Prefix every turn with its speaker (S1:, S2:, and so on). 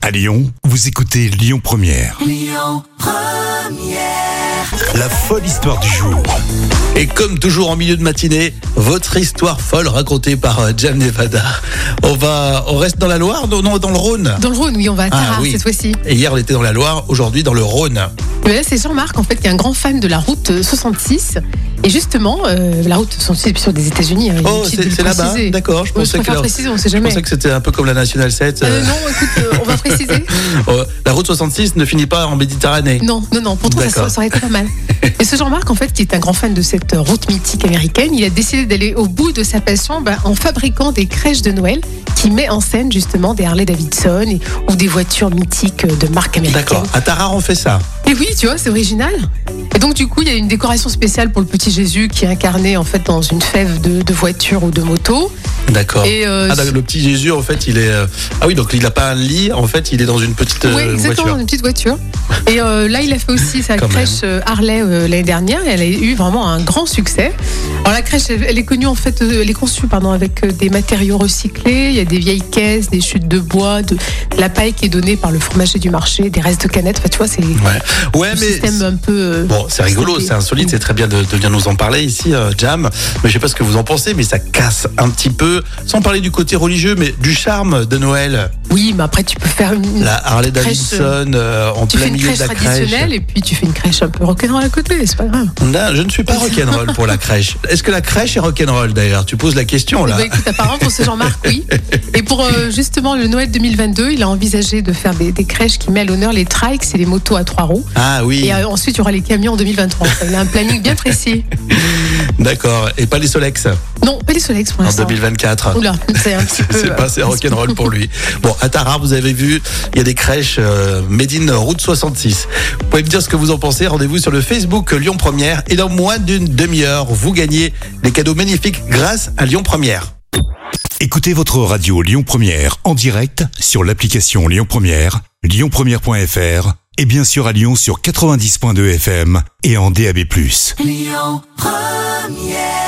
S1: À Lyon, vous écoutez Lyon Première.
S2: Lyon Première.
S1: La folle histoire du jour.
S3: Et comme toujours en milieu de matinée, votre histoire folle racontée par Jam Nevada. On reste dans la Loire, non, dans le Rhône.
S4: Dans le Rhône, oui, on va à Tarare cette fois-ci.
S3: Et hier, on était dans la Loire, aujourd'hui dans le Rhône.
S4: Mais là, c'est Jean-Marc, en fait, qui est un grand fan de la route 66. Et justement, la route 66, bien sûr, des États-Unis.
S3: Oh, c'est là-bas, d'accord. Je pensais
S4: préciser, on sait jamais.
S3: Je pensais que c'était un peu comme la Nationale 7.
S4: Non, écoute, on va préciser.
S3: La route 66 ne finit pas en Méditerranée.
S4: Non, pourtant ça aurait été pas mal. Et ce Jean-Marc, en fait, qui est un grand fan de cette route mythique américaine, il a décidé d'aller au bout de sa passion en fabriquant des crèches de Noël qui met en scène justement des Harley-Davidson ou des voitures mythiques de marque américaine.
S3: D'accord, à Tarare on fait ça.
S4: Et oui, tu vois, c'est original. Et donc du coup, il y a une décoration spéciale pour le petit Jésus qui est incarné en fait dans une fève de voiture ou de moto.
S3: D'accord.
S4: Et
S3: le petit Jésus, en fait, il est. Ah oui, donc il n'a pas un lit, en fait, il est dans une petite
S4: oui, exactement,
S3: voiture.
S4: Une petite voiture. Et là, il a fait aussi sa crèche Harley l'année dernière et elle a eu vraiment un grand succès. Alors la crèche, elle est connue en fait, elle est conçue avec des matériaux recyclés. Il y a des vieilles caisses, des chutes de bois, de la paille qui est donnée par le fromager du marché, des restes de canettes. Enfin, tu vois, c'est un système un peu.
S3: Bon, c'est rigolo, c'est insolite, c'est très bien de venir nous en parler ici, Jam. Mais je sais pas ce que vous en pensez, mais ça casse un petit peu, sans parler du côté religieux, mais du charme de Noël.
S4: Oui, mais après tu peux faire
S3: la Harley Davidson en plein milieu de la crèche. Tu fais une crèche traditionnelle
S4: et puis tu fais une crèche un peu rock'n'roll à côté, c'est pas grave.
S3: Non, je ne suis pas rock'n'roll pour la crèche. Est-ce que la crèche est rock'n'roll d'ailleurs? Tu poses la question là.
S4: Écoute, apparemment pour ce Jean-Marc, oui. Et pour justement le Noël 2022, il a envisagé de faire des crèches qui mettent à l'honneur les trikes et les motos à 3 roues.
S3: Ah oui.
S4: Et ensuite il y aura les camions en 2023. Il a un planning bien précis.
S3: D'accord. Et pas les Solex?
S4: Non, pas les Solex pour l'instant.
S3: En 2024.
S4: Oula, c'est un petit peu.
S3: C'est pas assez rock'n'roll pour lui. Bon, à Tarare, vous avez vu, il y a des crèches made in route 66. Vous pouvez me dire ce que vous en pensez. Rendez-vous sur le Facebook Lyon Première. Et dans moins d'une demi-heure, vous gagnez des cadeaux magnifiques grâce à Lyon Première.
S1: Écoutez votre radio Lyon Première en direct sur l'application Lyon Première, lyonpremière.fr et bien sûr à Lyon sur 90.2 FM et en DAB+.
S2: Lyon Première.